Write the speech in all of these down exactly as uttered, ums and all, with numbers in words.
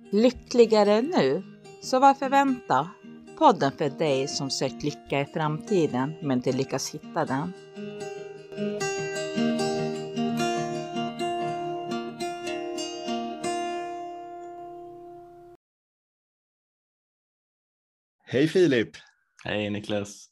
Lyckligare nu? Så varför vänta? Podden för dig som sökt lycka i framtiden men inte lyckas hitta den. Hej Filip! Hej Niklas!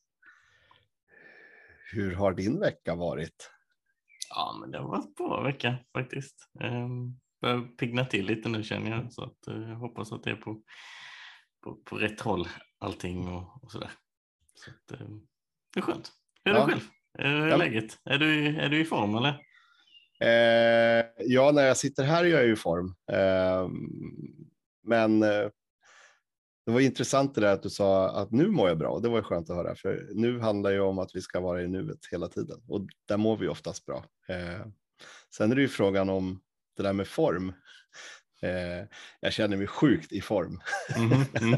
Hur har din vecka varit? Ja, men det har varit en bra vecka faktiskt. Um, börjar piggna till lite nu känner jag, så att, uh, jag hoppas att det är på, på, på rätt håll allting och, och sådär. Så att, um, det är skönt. Hur är Ja. du själv? Hur är Ja. läget? Är du, är du i form eller? Eh, ja, när jag sitter här är jag i form. Eh, men eh, det var intressant det där att du sa att nu mår jag bra. Det var skönt att höra, för nu handlar ju om att vi ska vara i nuet hela tiden. Och där mår vi oftast bra. Eh, sen är det ju frågan om det där med form. Eh, jag känner mig sjukt i form. Mm-hmm. Mm.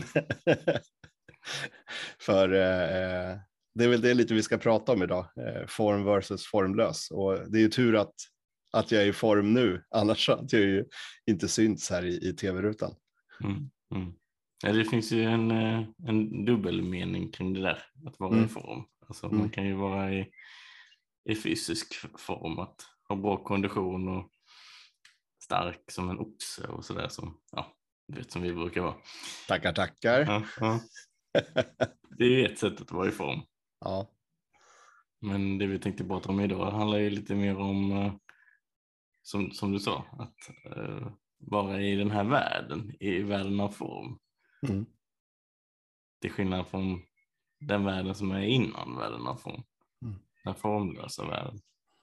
För eh, det är väl det lite vi ska prata om idag. Eh, form versus formlös. Och det är ju tur att, att jag är i form nu. Annars hade jag ju inte synts här i, i tv-rutan. Mm. Mm. Ja, det finns ju en, en dubbelmening kring det där. Att vara Mm. i form. Alltså, Mm. Man kan ju vara i, i fysisk form. Att ha bra kondition och stark som en oxe och sådär som, ja, vet, som vi brukar vara. Tackar, tackar. Ja, ja. Det är ju ett sätt att vara i form. Ja. Men det vi tänkte prata om idag handlar ju lite mer om, uh, som, som du sa, att uh, vara i den här världen, i världen av form. Mm. Till skillnad från den världen som är innan världen av form. Mm. Den formlösa världen.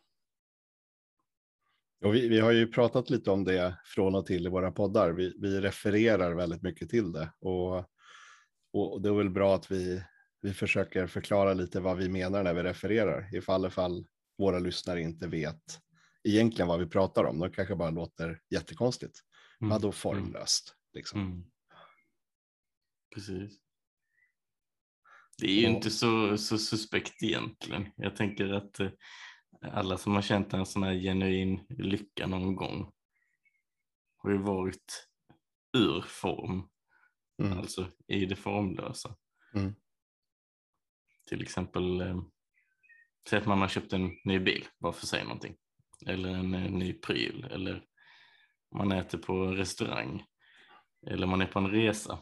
Och vi, vi har ju pratat lite om det från och till i våra poddar. Vi, vi refererar väldigt mycket till det. Och, och det är väl bra att vi, vi försöker förklara lite vad vi menar när vi refererar. Ifall, ifall våra lyssnare inte vet egentligen vad vi pratar om. De kanske bara låter jättekonstigt. Mm. Vadå formlöst? Liksom. Mm. Precis. Det är ju Och, inte så, så suspekt egentligen. Jag tänker att eh, alla som har känt en sån här genuin lycka någon gång har ju varit ur form. mm. Alltså i det formlösa. Mm. Till exempel eh, säg att man har köpt en ny bil, bara för att säga någonting. Eller en eh, ny pryl. Eller man äter på restaurang. Eller man är på en resa.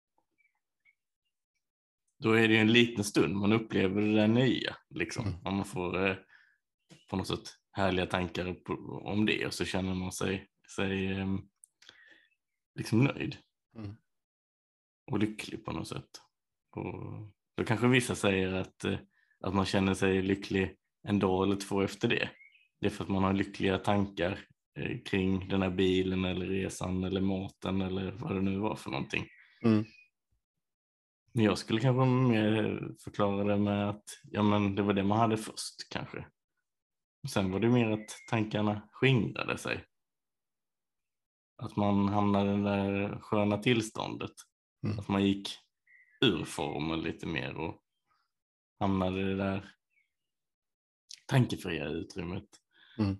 Då är det ju en liten stund man upplever det där nya. Liksom. Mm. Man får eh, på något sätt härliga tankar på, om det. Och så känner man sig, sig eh, liksom nöjd. Mm. Och lycklig på något sätt. Och då kanske vissa säger att, eh, att man känner sig lycklig en dag eller två efter det. Det är för att man har lyckliga tankar eh, kring den här bilen eller resan eller maten eller vad det nu var för någonting. Mm. Men jag skulle kanske mer förklara det med att ja, men det var det man hade först kanske. Och sen var det mer att tankarna skingrade sig. Att man hamnade i det där sköna tillståndet. Mm. Att man gick ur formen lite mer och hamnade i det där tankefria utrymmet. Mm.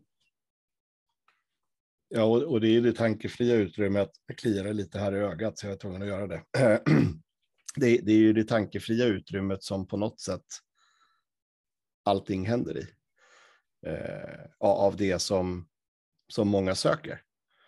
Ja, och, och det är det tankefria utrymmet. Jag kliar lite här i ögat så jag är tvungen att göra det. det. Det är ju det tankefria utrymmet som på något sätt allting händer i. Eh, av det som, som många söker.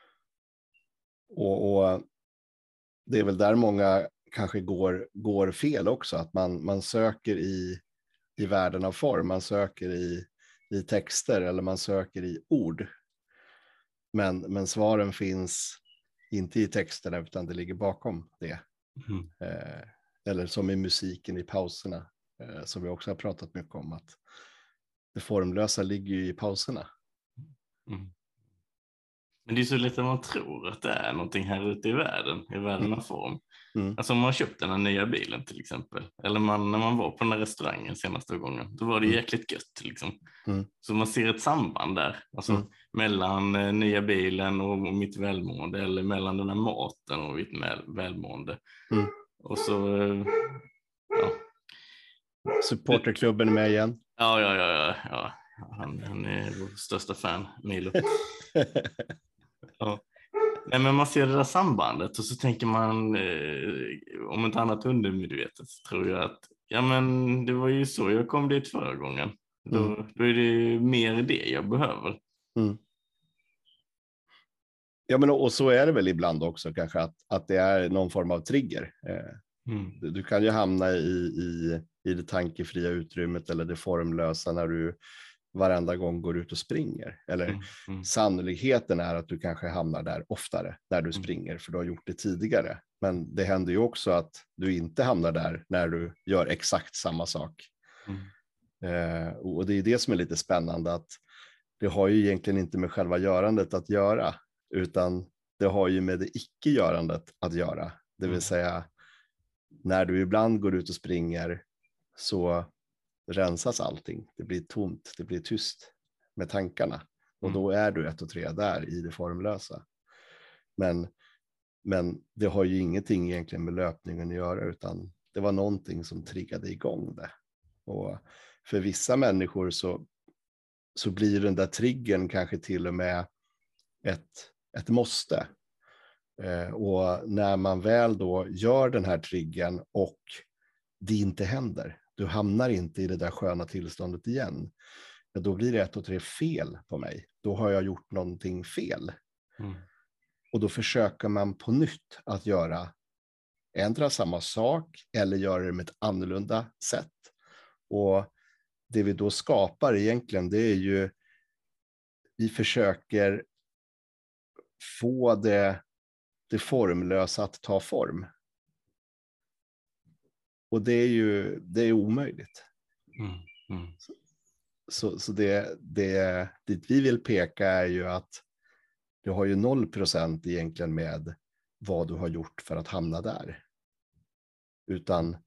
Och, och det är väl där många kanske går, går fel också. Att man, man söker i, i världen av form. Man söker i, i texter eller man söker i ord. Men, men svaren finns inte i texterna utan det ligger bakom det. Mm. Eh, eller som i musiken i pauserna. Eh, som vi också har pratat mycket om. Att det formlösa ligger ju i pauserna. Mm. Men det är så lätt att man tror att det är någonting här ute i världen, i världen av form. Mm. Alltså om man köpte den här nya bilen till exempel, eller man, när man var på den här restaurangen senaste gången, då var det Mm. jäkligt gött liksom. Mm. Så man ser ett samband där, alltså Mm. mellan eh, nya bilen och, och mitt välmående, eller mellan den här maten och mitt väl, välmående. Mm. Och så, eh, ja. Supporterklubben är med igen. Ja, ja, ja, ja, ja. Han, han är vår största fan, Milo. Ja. Nej, men man ser det där sambandet och så tänker man, eh, om inte annat undermedvetet, så tror jag att ja, men det var ju så jag kom dit förra gången. Då, Mm. då är det mer det jag behöver. Mm. Ja, men och så är det väl ibland också kanske att, att det är någon form av trigger. Eh, Mm. du, du kan ju hamna i, i, i det tankefria utrymmet eller det formlösa när du varenda gång går ut och springer. Eller Mm. Mm. sannolikheten är att du kanske hamnar där oftare när du springer, för du har gjort det tidigare. Men det händer ju också att du inte hamnar där när du gör exakt samma sak. Mm. Eh, och det är det som är lite spännande, att det har ju egentligen inte med själva görandet att göra, utan det har ju med det icke-görandet att göra. Det vill Mm. säga, när du ibland går ut och springer så rensas allting. Det blir tomt, det blir tyst med tankarna. Och då är du ett och tre där i det formlösa. Men, men det har ju ingenting egentligen med löpningen att göra, utan det var någonting som triggade igång det. Och för vissa människor så, så blir den där triggern kanske till och med ett, ett måste. Eh, och när man väl då gör den här triggern och det inte händer, du hamnar inte i det där sköna tillståndet igen, ja, då blir det ett och tre fel på mig. Då har jag gjort någonting fel. Mm. Och då försöker man på nytt att göra ändra samma sak eller göra det med ett annorlunda sätt. Och det vi då skapar egentligen, det är ju, vi försöker få det, det formlösa att ta form. Och det är ju det är omöjligt. Mm. Mm. Så, så det, det dit vi vill peka är ju att du har ju noll procent egentligen med vad du har gjort för att hamna där. Utan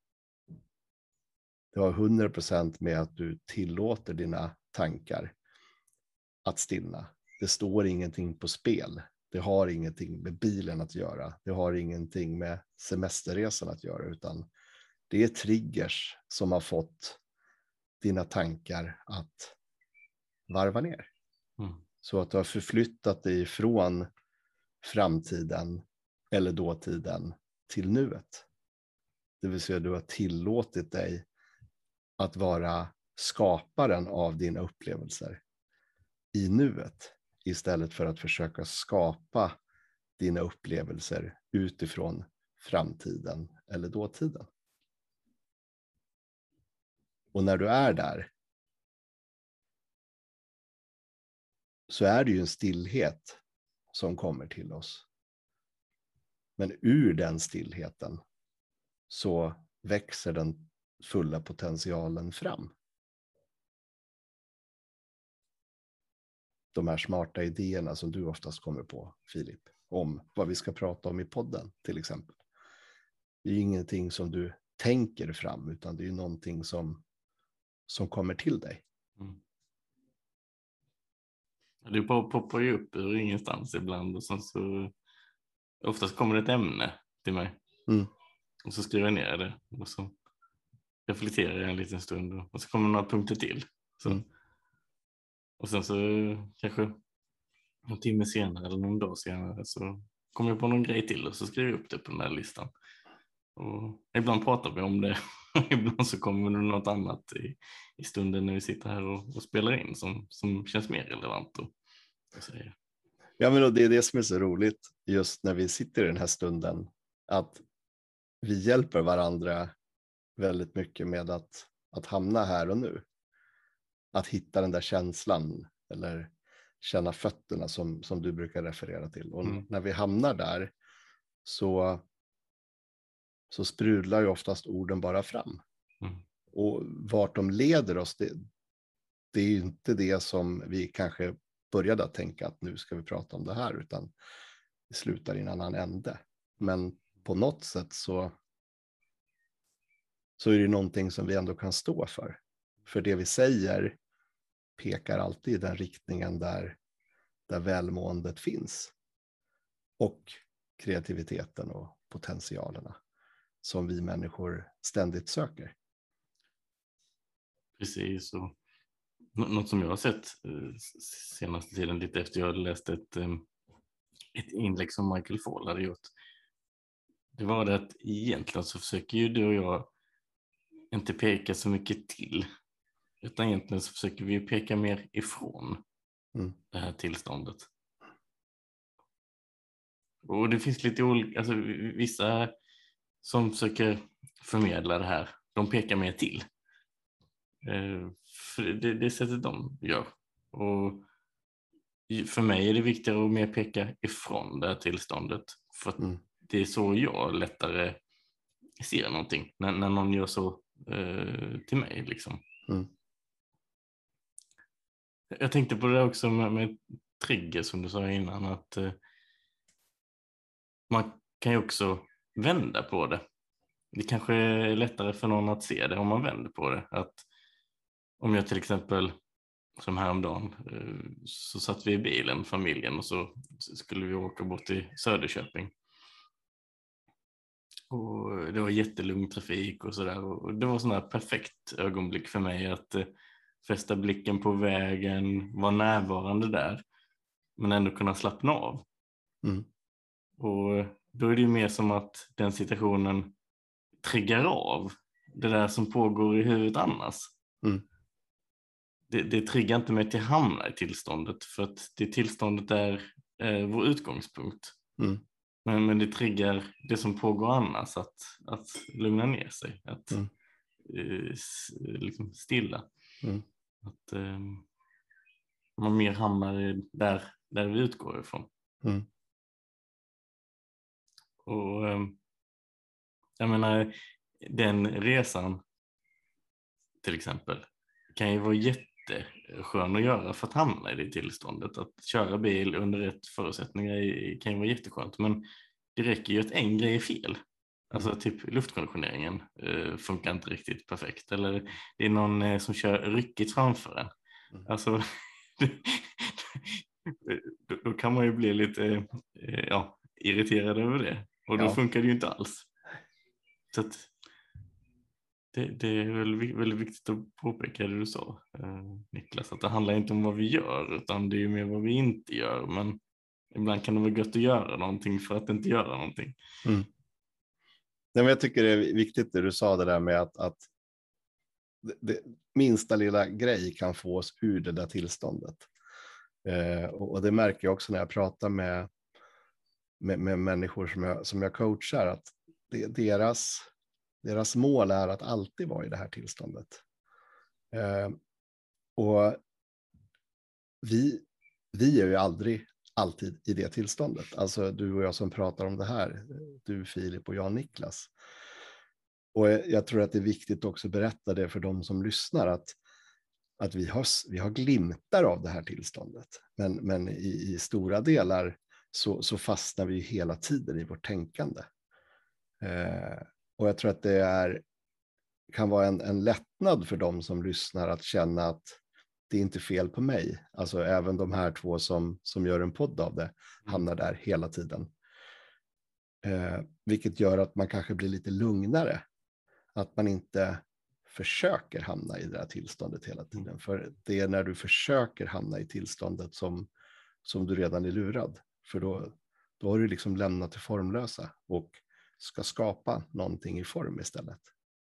du har hundra procent med att du tillåter dina tankar att stilla. Det står ingenting på spel. Det har ingenting med bilen att göra. Det har ingenting med semesterresan att göra, utan det är triggers som har fått dina tankar att varva ner. Mm. Så att du har förflyttat dig från framtiden eller dåtiden till nuet. Det vill säga, du har tillåtit dig att vara skaparen av dina upplevelser i nuet, istället för att försöka skapa dina upplevelser utifrån framtiden eller dåtiden. Och när du är där så är det ju en stillhet som kommer till oss. Men ur den stillheten så växer den fulla potentialen fram. De här smarta idéerna som du oftast kommer på, Filip, om vad vi ska prata om i podden till exempel. Det är ingenting som du tänker fram, utan det är någonting som, som kommer till dig. Mm. Det bara poppar ju upp ur ingenstans ibland, och sen så oftast kommer det ett ämne till mig. Mm. Och så skriver jag ner det och så reflekterar jag en liten stund och så kommer några punkter till. Så. Mm. Och sen så kanske en timme senare eller någon dag senare så kommer jag på någon grej till och så skriver jag upp det på den här listan. Och ibland pratar vi om det. Ibland så kommer det något annat i, i stunden när vi sitter här och, och spelar in som, som känns mer relevant att, att säga. Ja, men det är det som är så roligt just när vi sitter i den här stunden, att vi hjälper varandra väldigt mycket med att, att hamna här och nu. Att hitta den där känslan eller känna fötterna som, som du brukar referera till. Och Mm. när vi hamnar där så, så sprudlar ju oftast orden bara fram. Mm. Och vart de leder oss, det, det är ju inte det som vi kanske började att tänka att nu ska vi prata om det här, utan det slutar i en annan ände. Men på något sätt så, så är det någonting som vi ändå kan stå för. För det vi säger pekar alltid i den riktningen där, där välmåendet finns. Och kreativiteten och potentialerna som vi människor ständigt söker. Precis, och något som jag har sett senaste tiden lite efter jag hade läst ett, ett inlägg som Michael Fall hade gjort. Det var det att egentligen så försöker ju du och jag inte peka så mycket till. Utan egentligen så försöker vi peka mer ifrån mm. det här tillståndet. Och det finns lite olika, alltså vissa som försöker förmedla det här, de pekar mer till. Eh, för det, det sättet de gör. Och för mig är det viktigare att mer peka ifrån det här tillståndet. För att mm. det är så jag lättare ser någonting. När, när någon gör så eh, till mig liksom. Mm. Jag tänkte på det också med, med trigger som du sa innan. Att eh, man kan ju också vända på det. Det kanske är lättare för någon att se det om man vänder på det. Att om jag till exempel, som häromdagen, så satt vi i bilen, familjen, och så skulle vi åka bort till Söderköping. Och det var jättelugn trafik och sådär. Och det var sån här perfekt ögonblick för mig att fästa blicken på vägen, vara närvarande där, men ändå kunna slappna av. Mm. Och då är det ju mer som att den situationen triggar av det där som pågår i huvudet annars. Mm. Det, det triggar inte mig till att hamna i tillståndet, för att det tillståndet är eh, vår utgångspunkt. Mm. Men, men det triggar det som pågår annars, att, att lugna ner sig, att mm. eh, liksom stilla. Mm. Att eh, man mer hamnar där, där vi utgår ifrån. Mm. Och eh, jag menar, den resan till exempel kan ju vara jätteskön att göra för att hamna i det tillståndet. Att köra bil under rätt förutsättningar kan ju vara jätteskönt, men det räcker ju att en grej är fel. Alltså typ luftkonditioneringen eh, funkar inte riktigt perfekt, eller det är någon eh, som kör ryckigt framför en. Alltså då, då kan man ju bli lite eh, ja, irriterad över det, och då ja. funkar det ju inte alls. Så att Det, det är väldigt, väldigt viktigt att påpeka det du sa, eh, Niklas, att det handlar inte om vad vi gör, utan det är ju mer vad vi inte gör, men ibland kan det vara gött att göra någonting för att inte göra någonting. Mm. Nej, men jag tycker det är viktigt det du sa, det där med att, att det, det, minsta lilla grej kan få oss ur det där tillståndet. Eh, och, och det märker jag också när jag pratar med, med, med människor som jag, som jag coachar, att det, deras Deras mål är att alltid vara i det här tillståndet. Eh, och vi, vi är ju aldrig alltid i det tillståndet. Alltså du och jag som pratar om det här. Du, Filip, och jag, Niklas. Och jag tror att det är viktigt också att berätta det för de som lyssnar. Att, att vi, har, vi har glimtar av det här tillståndet. Men, men i, i stora delar så, så fastnar vi hela tiden i vårt tänkande. Eh, Och jag tror att det är, kan vara en, en lättnad för dem som lyssnar att känna att det är inte fel på mig. Alltså även de här två som, som gör en podd av det hamnar där hela tiden. Eh, vilket gör att man kanske blir lite lugnare. Att man inte försöker hamna i det här tillståndet hela tiden. För det är när du försöker hamna i tillståndet som, som du redan är lurad. För då, då har du liksom lämnat det formlösa och ska skapa någonting i form istället.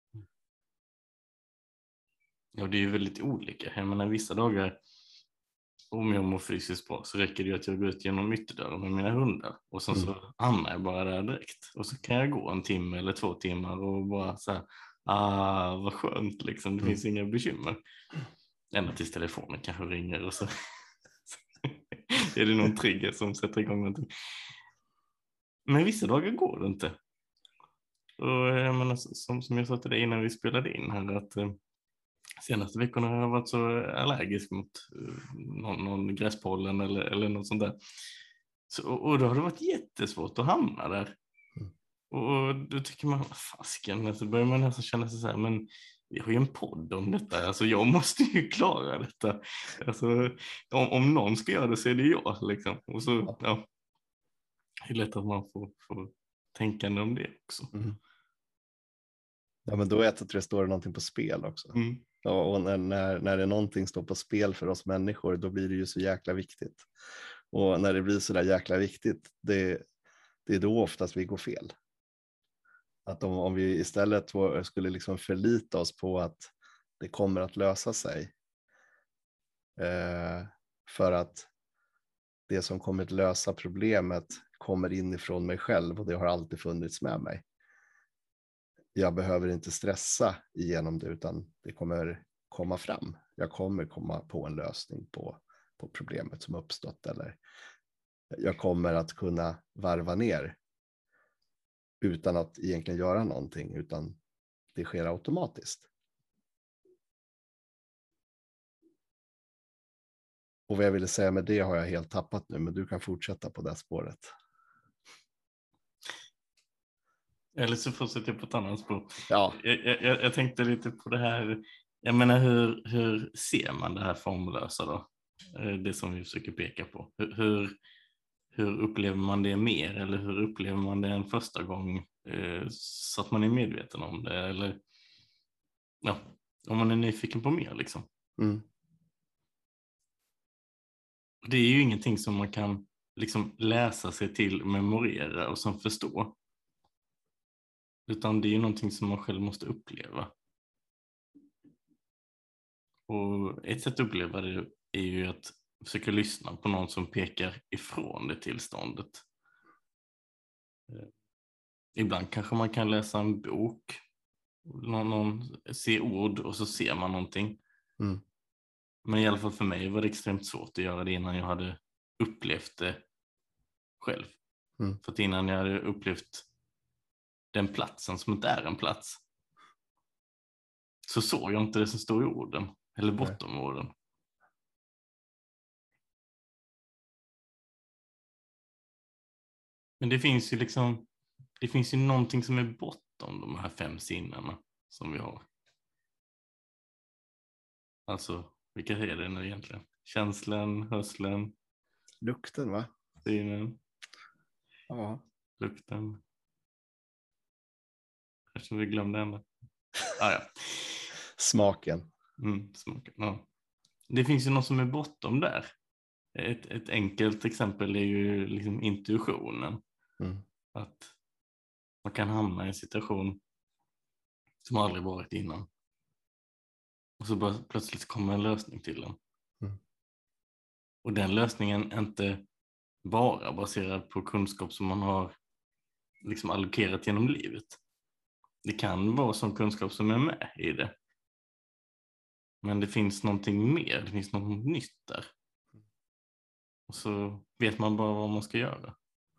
Ja, det är ju väldigt olika. Jag menar, vissa dagar, om jag mår fysiskt bra, så räcker det att jag går ut genom ytterdörren med mina hundar. Och sen mm. så hamnar jag bara där direkt. Och så kan jag gå en timme eller två timmar och bara så här, ah, vad skönt liksom. Det mm. finns inga bekymmer. Ända tills telefonen kanske ringer och så är det någon trigger som sätter igång någonting. Men vissa dagar går det inte. Och jag menar, som, som jag sa till dig innan vi spelade in här, att eh, senaste veckorna har jag varit så allergisk mot eh, någon, någon gräspollen eller, eller något sånt där. Så, och, och då har det varit jättesvårt att hamna där. Mm. Och, och då tycker man, fasken, så börjar man nästan känna sig så här, men vi har ju en podd om detta, alltså jag måste ju klara detta. Alltså, om, om någon ska göra det så är det jag liksom. Och så, ja, det är lätt att man får, får tänkande om det också. Mm. Ja, men då vet jag att det står någonting på spel också. Mm. Ja, och när, när, när det är någonting står på spel för oss människor, då blir det ju så jäkla viktigt. Och när det blir så där jäkla viktigt, det, det är då oftast vi går fel. Att om, om vi istället skulle liksom förlita oss på att det kommer att lösa sig. Eh, för att det som kommer att lösa problemet kommer inifrån mig själv och det har alltid funnits med mig. Jag behöver inte stressa igenom det utan det kommer komma fram. Jag kommer komma på en lösning på, på problemet som uppstått eller jag kommer att kunna varva ner utan att egentligen göra någonting utan det sker automatiskt. Och vad jag ville säga med det har jag helt tappat nu, men du kan fortsätta på det spåret. Eller så fortsätter jag på ett annat spår. Ja. Jag, jag, jag tänkte lite på det här, jag menar hur, hur ser man det här formlösa då? Det som vi försöker peka på. Hur, hur, hur upplever man det mer eller hur upplever man det en första gång eh, så att man är medveten om det? Eller ja, om man är nyfiken på mer liksom. Mm. Det är ju ingenting som man kan liksom läsa sig till, memorera och som förstå. Utan det är ju någonting som man själv måste uppleva. Och ett sätt att uppleva det är ju att försöka lyssna på någon som pekar ifrån det tillståndet. Ibland kanske man kan läsa en bok, någon, någon se ord och så ser man någonting. Mm. Men i alla fall för mig var det extremt svårt att göra det innan jag hade upplevt det själv. Mm. För att innan jag hade upplevt den platsen som inte är en plats så såg jag inte det som står i orden eller bortom orden. Men det finns ju liksom det finns ju någonting som är bortom de här fem sinnena som vi har. Alltså, vilka är det nu egentligen? Känslan, hörseln, Lukten, va? synen, Ja. lukten. Kanske vi glömde ändå. Ah, ja. Smaken. Mm, smaken. Ja. Det finns ju något som är bortom där. Ett, ett enkelt exempel är ju liksom intuitionen. Mm. Att man kan hamna i en situation som aldrig varit innan. Och så bara plötsligt kommer en lösning till den. Mm. Och den lösningen är inte bara baserad på kunskap som man har liksom allokerat genom livet. Det kan vara som kunskap som är med i det. Men det finns någonting mer, det finns något nytt där. Och så vet man bara vad man ska göra.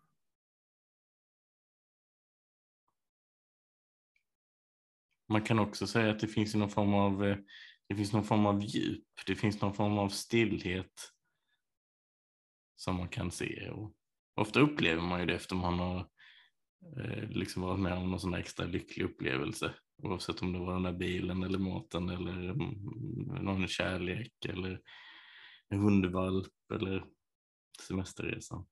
Man kan också säga att det finns någon form av det finns någon form av djup, det finns någon form av stillhet som man kan se. Och ofta upplever man ju det efter man har eh, liksom varit med om någon sån extra lycklig upplevelse. Oavsett om det var den där bilen eller maten eller någon kärlek eller en hundvalp eller semesterresan.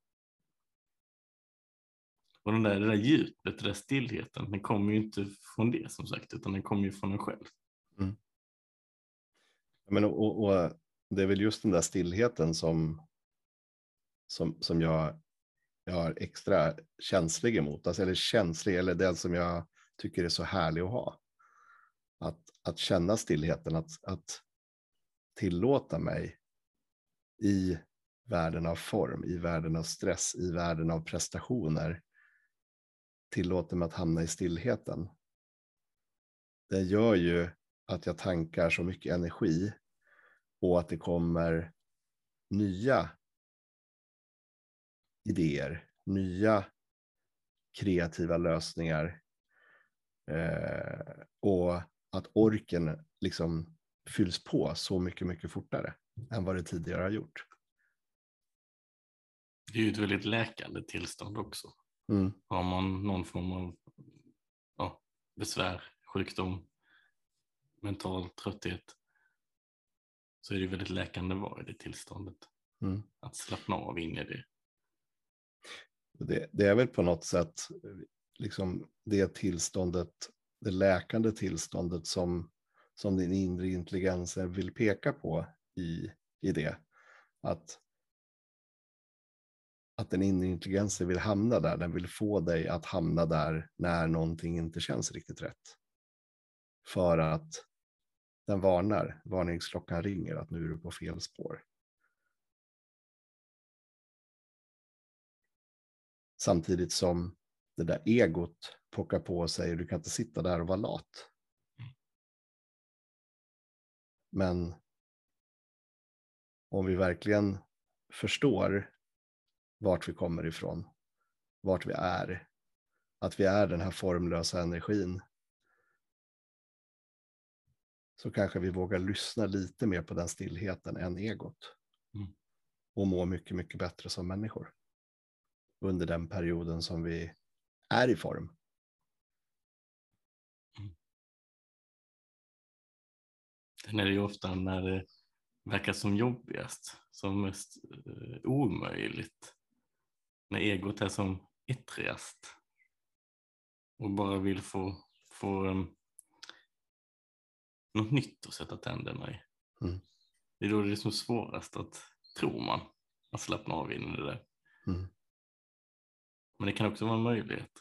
Och den där, det där djupet, den där stillheten, den kommer ju inte från det som sagt, utan den kommer ju från en själv. Mm. Men, och, och det är väl just den där stillheten som, som, som jag, jag är extra känslig emot. Alltså, eller känslig, eller den som jag tycker är så härlig att ha. Att, att känna stillheten, att, att tillåta mig i världen av form, i världen av stress, i världen av prestationer. Tillåter mig att hamna i stillheten. Det gör ju att jag tankar så mycket energi och att det kommer nya idéer, nya kreativa lösningar eh, och att orken liksom fylls på så mycket, mycket fortare än vad det tidigare har gjort. Det är ju ett väldigt läkande tillstånd också. Mm. Har man någon form av ja, besvär, sjukdom, mental trötthet så är det väldigt läkande att vara i det tillståndet. Mm. Att slappna av in i det. det. Det är väl på något sätt liksom det tillståndet, det läkande tillståndet som, som din inre intelligens vill peka på i, i det. Att att den inre intelligensen vill hamna där. Den vill få dig att hamna där när någonting inte känns riktigt rätt. För att den varnar, varningsklockan ringer att nu är du på fel spår. Samtidigt som det där egot pockar på och säger du kan inte sitta där och vara lat. Men om vi verkligen förstår vart vi kommer ifrån, vart vi är, att vi är den här formlösa energin, så kanske vi vågar lyssna lite mer på den stillheten än egot. Mm. Och må mycket, mycket bättre som människor. Under den perioden som vi är i form. Mm. Sen är det ju ofta när det verkar som jobbigast, som mest eh, omöjligt. När egot är som yttrigast. Och bara vill få, få um, något nytt att sätta tänderna i. Mm. Det är då det är som svårast att, tror man, att slappna av in i det där. Mm. Men det kan också vara en möjlighet.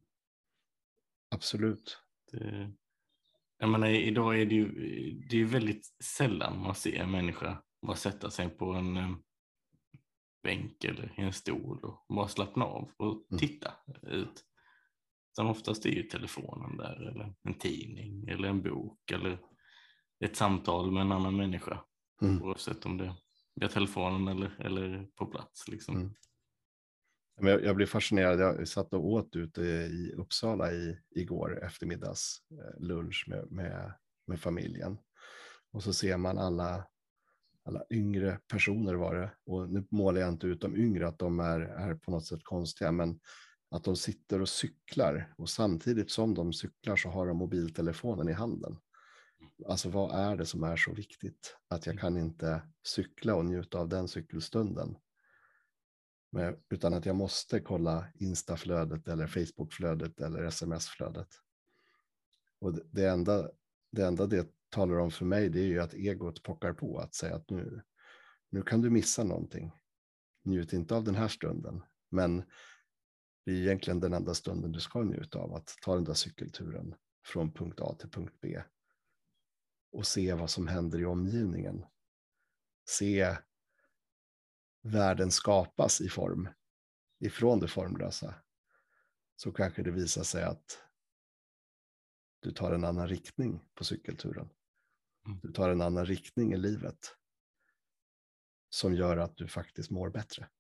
Absolut. Det, jag menar, idag är det ju det är väldigt sällan man ser en människa bara sätta sig på en um, bänk eller i en stol och bara slappna av och Mm. titta ut. Sen oftast är ju telefonen där, eller en tidning eller en bok eller ett samtal med en annan människa. Mm. Oavsett om det är via telefonen eller, eller på plats. Liksom. Mm. Men jag, jag blev fascinerad. Jag satt och åt ute i Uppsala i, igår eftermiddags eh, lunch med, med, med familjen. Och så ser man alla, alla yngre personer var det. Och nu målar jag inte ut de yngre att de är, är på något sätt konstiga. Men att de sitter och cyklar. Och samtidigt som de cyklar så har de mobiltelefonen i handen. Alltså vad är det som är så viktigt? Att jag kan inte cykla och njuta av den cykelstunden. Men, utan att jag måste kolla Instaflödet eller Facebookflödet eller sms-flödet. Och det, det, enda, det enda det talar om för mig, det är ju att egot pockar på att säga att nu, nu kan du missa någonting. Njut inte av den här stunden. Men det är egentligen den enda stunden du ska njuta av. Att ta den där cykelturen från punkt A till punkt B. Och se vad som händer i omgivningen. Se världen skapas i form. Ifrån det formlösa. Så kanske det visar sig att du tar en annan riktning på cykelturen. Du tar en annan riktning i livet. Som gör att du faktiskt mår bättre.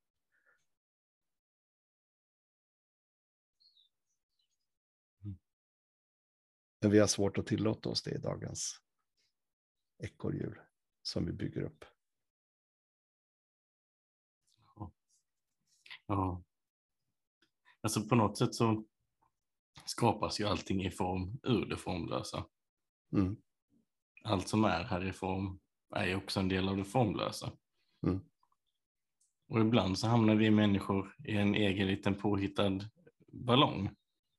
Men vi har svårt att tillåta oss det i dagens ekorrhjul som vi bygger upp. Ja. Alltså på något sätt så skapas ju allting i form ur det formlösa. Mm. Allt som är här i form är ju också en del av det formlösa. Mm. Och ibland så hamnar vi människor i en egen liten påhittad ballong.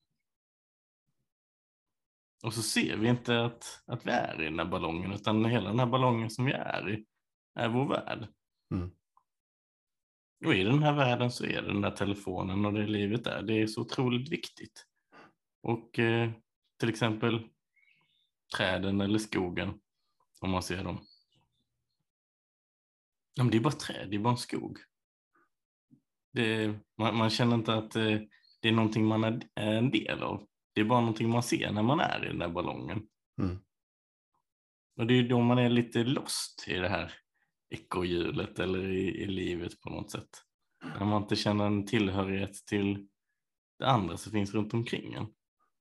Och så ser vi inte att, att vi är i den här ballongen, utan hela den här ballongen som vi är i är vår värld. Mm. Och i den här världen så är det den här telefonen och det livet är. Det är så otroligt viktigt. Och eh, till exempel träden eller skogen, om man ser dem. Ja, men det är bara träd, det är bara en skog. Det, man, man känner inte att eh, det är någonting man är, är en del av. Det är bara någonting man ser när man är i den där ballongen. Mm. Och det är då man är lite lost i det här ekorrhjulet eller i, i livet på något sätt. När man inte känner en tillhörighet till det andra som finns runt omkring en.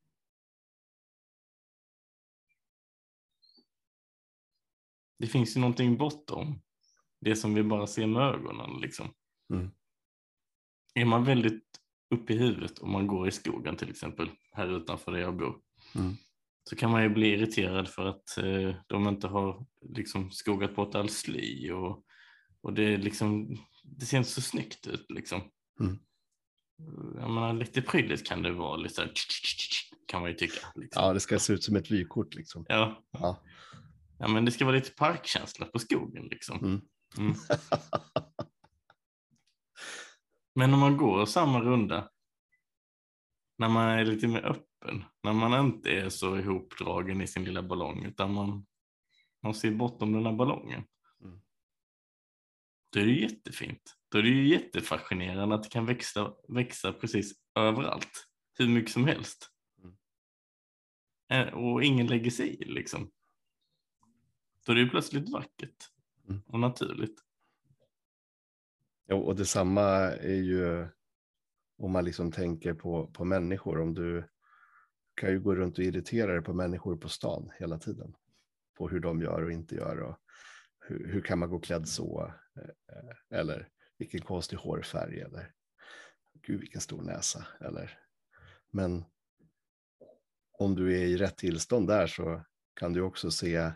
Det finns ju någonting bortom det som vi bara ser med ögonen liksom. Mm. Är man väldigt uppe i huvudet om man går i skogen till exempel, här utanför där jag bor, Mm. så kan man ju bli irriterad för att eh, de inte har liksom skogat bort all sly och, och det, är liksom, det ser inte så snyggt ut liksom. Mm. Jag menar, lite prydligt kan det vara, lite så här, kan man ju tycka. Liksom. Ja, det ska se ut som ett vykort liksom. Ja. Ja. Ja, men det ska vara lite parkkänsla på skogen liksom. Mm. Mm. Men om man går samma runda, när man är lite mer öppen, när man inte är så ihopdragen i sin lilla ballong, utan man, man ser bortom den här ballongen. Mm. Då är det ju jättefint. Då är det ju jättefascinerande att det kan växa, växa precis överallt. Hur mycket som helst. Mm. Och ingen lägger sig i liksom. Då är det ju plötsligt vackert Mm. och naturligt. Ja, och detsamma är ju om man liksom tänker på, på människor. Om du kan ju gå runt och irritera dig på människor på stan hela tiden. På hur de gör och inte gör. Och hur, hur kan man gå klädd så? Eller vilken konstig hårfärg. Eller gud vilken stor näsa. Eller, men om du är i rätt tillstånd där så kan du också se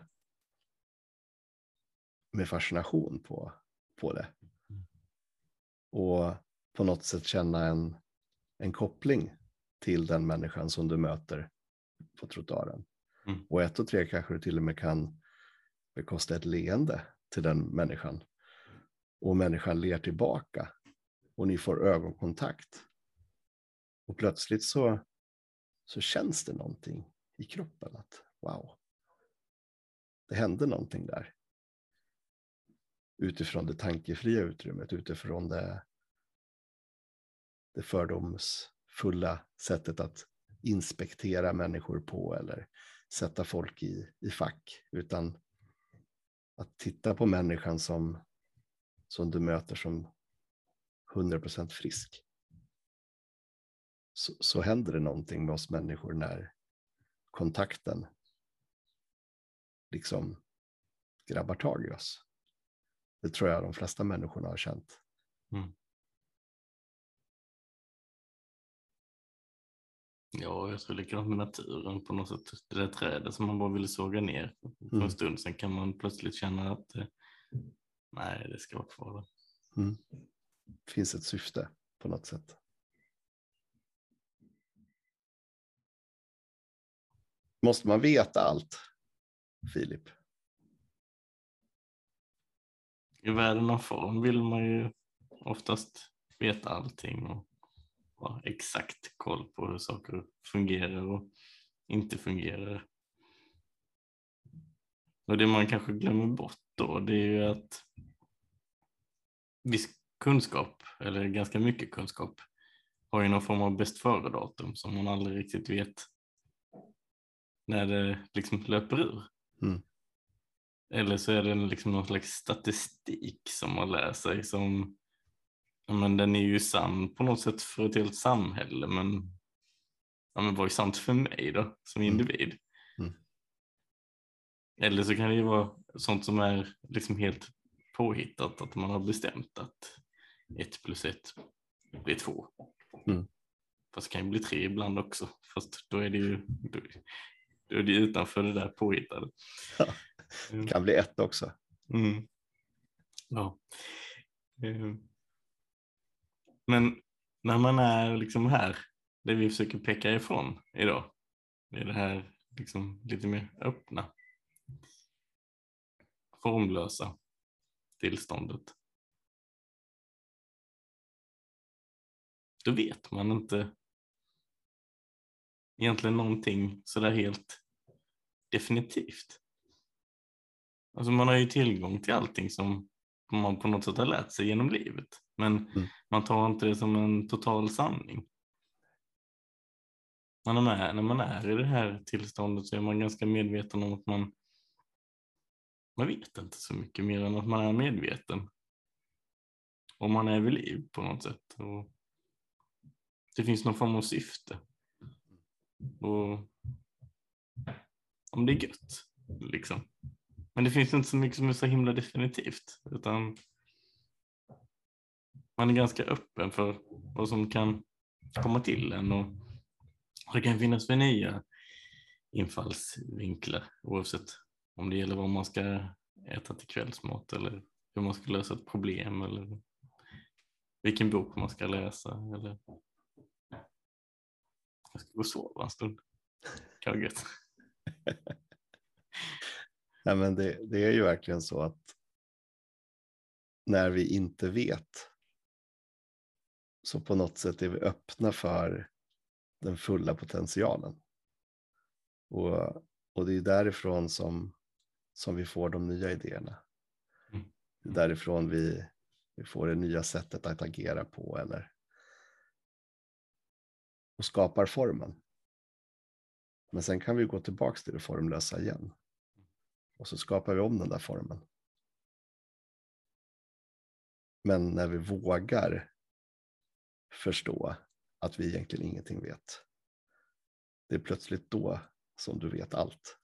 med fascination på, på det. Och på något sätt känna en, en koppling till den människan som du möter på trottoaren. Mm. Och ett och tre kanske du till och med kan bekosta ett leende till den människan. Och människan ler tillbaka. Och ni får ögonkontakt. Och plötsligt så, så känns det någonting i kroppen. Att wow, det hände någonting där. Utifrån det tankefria utrymmet. Utifrån det, det fördomsfulla sättet att inspektera människor på. Eller sätta folk i, i fack. Utan att titta på människan som, som du möter som hundra procent frisk. Så, så händer det någonting med oss människor när kontakten liksom grabbar tag i oss. Det tror jag de flesta människorna har känt. Mm. Ja, jag tror likadant med naturen på något sätt. Det där trädet som man bara ville såga ner för Mm. en stund, sen kan man plötsligt känna att eh, nej, det ska vara kvar. Mm. Det finns ett syfte på något sätt. Måste man veta allt, Filip? I världen av form vill man ju oftast veta allting och ha exakt koll på hur saker fungerar och inte fungerar. Och det man kanske glömmer bort då, det är ju att viss kunskap, eller ganska mycket kunskap, har ju någon form av bäst före-datum som man aldrig riktigt vet när det liksom löper ur. Mm. Eller så är det liksom någon slags statistik som man lär sig som, ja, men den är ju sann på något sätt för ett helt samhälle, men, ja, men vad är sant för mig då som individ? Mm. Mm. Eller så kan det ju vara sånt som är liksom helt påhittat, att man har bestämt att ett plus ett blir två. Mm. Fast det kan ju bli tre ibland också, fast då är det ju då, då är det utanför det där påhittade. Ja, det kan bli ett också. Mm. Ja. Men när man är liksom här, det vi försöker peka ifrån idag, det är det här liksom lite mer öppna, formlösa tillståndet. Då vet man inte egentligen någonting så där helt definitivt. Alltså man har ju tillgång till allting som man på något sätt har lärt sig genom livet. Men mm. man tar inte det som en total sanning. Man är med, när man är i det här tillståndet så är man ganska medveten om att man man vet inte så mycket mer än att man är medveten. Och man är vid liv på något sätt. Och det finns någon form av syfte. Och om det är gött, liksom. Men det finns inte så mycket som är så himla definitivt, utan man är ganska öppen för vad som kan komma till en, och det kan finnas för nya infallsvinklar, oavsett om det gäller vad man ska äta till kvällsmat eller hur man ska lösa ett problem eller vilken bok man ska läsa, eller jag ska gå och sova en stund. Kaget. Ja, men det, det är ju verkligen så att när vi inte vet så på något sätt är vi öppna för den fulla potentialen. Och, och det är därifrån som, som vi får de nya idéerna. Mm. Det är därifrån vi, vi får det nya sättet att agera på eller och skapar formen. Men sen kan vi gå tillbaka till det formlösa igen. Och så skapar vi om den där formen. Men när vi vågar förstå att vi egentligen ingenting vet. Det är plötsligt då som du vet allt.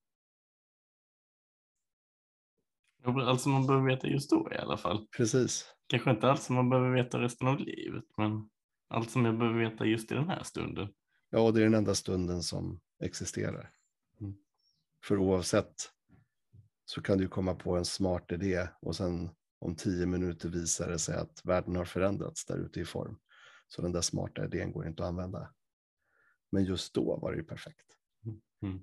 Allt som man behöver veta just då i alla fall. Precis. Kanske inte allt som man behöver veta resten av livet, men allt som jag behöver veta just i den här stunden. Ja, och det är den enda stunden som existerar. Mm. För oavsett så kan du komma på en smart idé och sen om tio minuter visar det sig att världen har förändrats där ute i form. Så den där smarta idén går inte att använda. Men just då var det ju perfekt. Mm. Mm.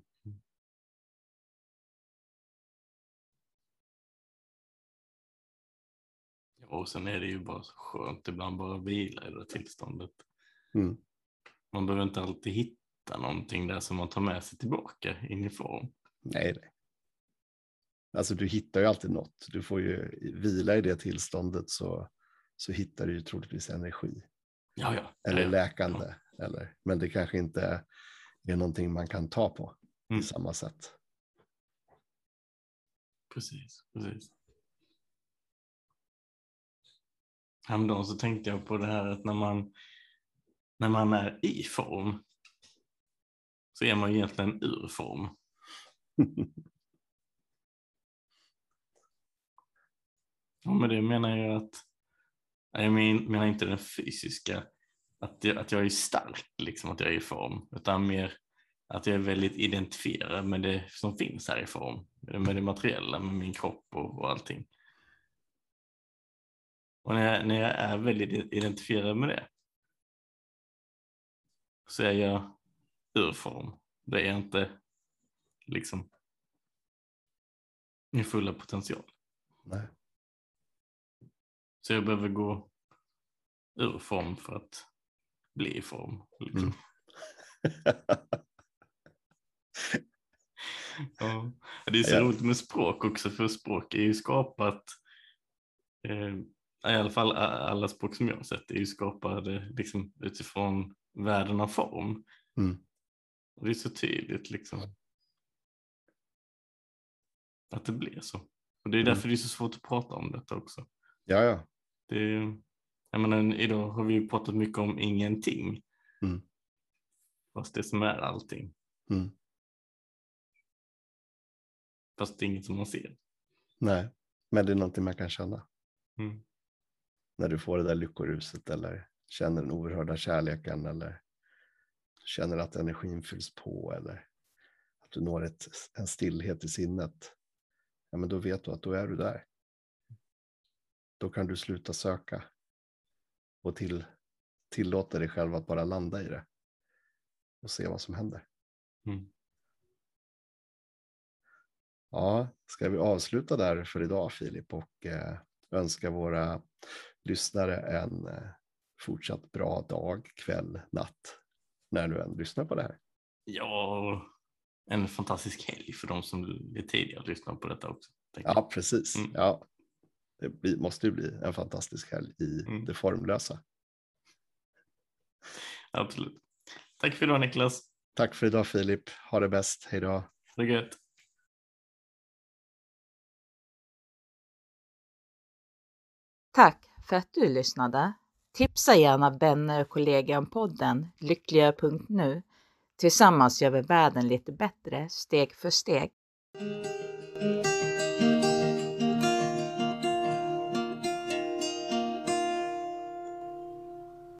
Och sen är det ju bara så skönt ibland bara vila i det tillståndet. Mm. Man behöver inte alltid hitta någonting där som man tar med sig tillbaka in i form. Nej, nej. Alltså du hittar ju alltid något. Du får ju vila i det tillståndet så, så hittar du ju troligtvis energi. Ja, ja. Eller ja, ja. läkande. Ja. Eller, men det kanske inte är någonting man kan ta på Mm. i samma sätt. Precis, precis. Häromdagen så tänkte jag på det här att när man, när man är i form så är man egentligen ur form. Ja, men det menar jag att jag menar inte den fysiska att jag, att jag är stark, liksom att jag är i form, utan mer att jag är väldigt identifierad med det som finns här i form, med det materiella, med min kropp och, och allting. Och när jag, när jag är väldigt identifierad med det så är jag ur form. Det är inte liksom min fulla potential. Nej. Så jag behöver gå ur form för att bli i form. Liksom. Mm. Ja. Det är så Ja. roligt med språk också, för språk är ju skapat, eh, i alla fall alla språk som jag har sett är ju skapade liksom utifrån världen av form. Mm. Och det är så tydligt liksom att det blir så. Och det är därför Mm. det är så svårt att prata om detta också. Ja, ja. Det är, jag menar, idag har vi ju pratat mycket om ingenting. Mm. Fast det som är allting. Mm. Fast det är inget som man ser. Nej, men det är någonting man kan känna. Mm. När du får det där lyckoruset eller känner den oerhörda kärleken eller känner att energin fylls på eller att du når ett, en stillhet i sinnet. Ja, men då vet du att då är du där. Då kan du sluta söka och till, tillåta dig själv att bara landa i det och se vad som händer. Mm. Ja, ska vi avsluta där för idag, Filip, och eh, önska våra lyssnare en eh, fortsatt bra dag, kväll, natt när du än lyssnar på det här. Ja, en fantastisk helg för de som är tidigare lyssnar på detta också. Ja, precis. Mm. Ja, det blir, måste ju bli en fantastisk helg i Mm. det formlösa. Absolut. Tack för idag, Niklas. Tack för idag, Filip. Ha det bäst. Hej då. Ha det gött. Tack för att du lyssnade. Tipsa gärna vänner och kollegor om podden lyckligare punkt nu. Tillsammans gör vi världen lite bättre steg för steg.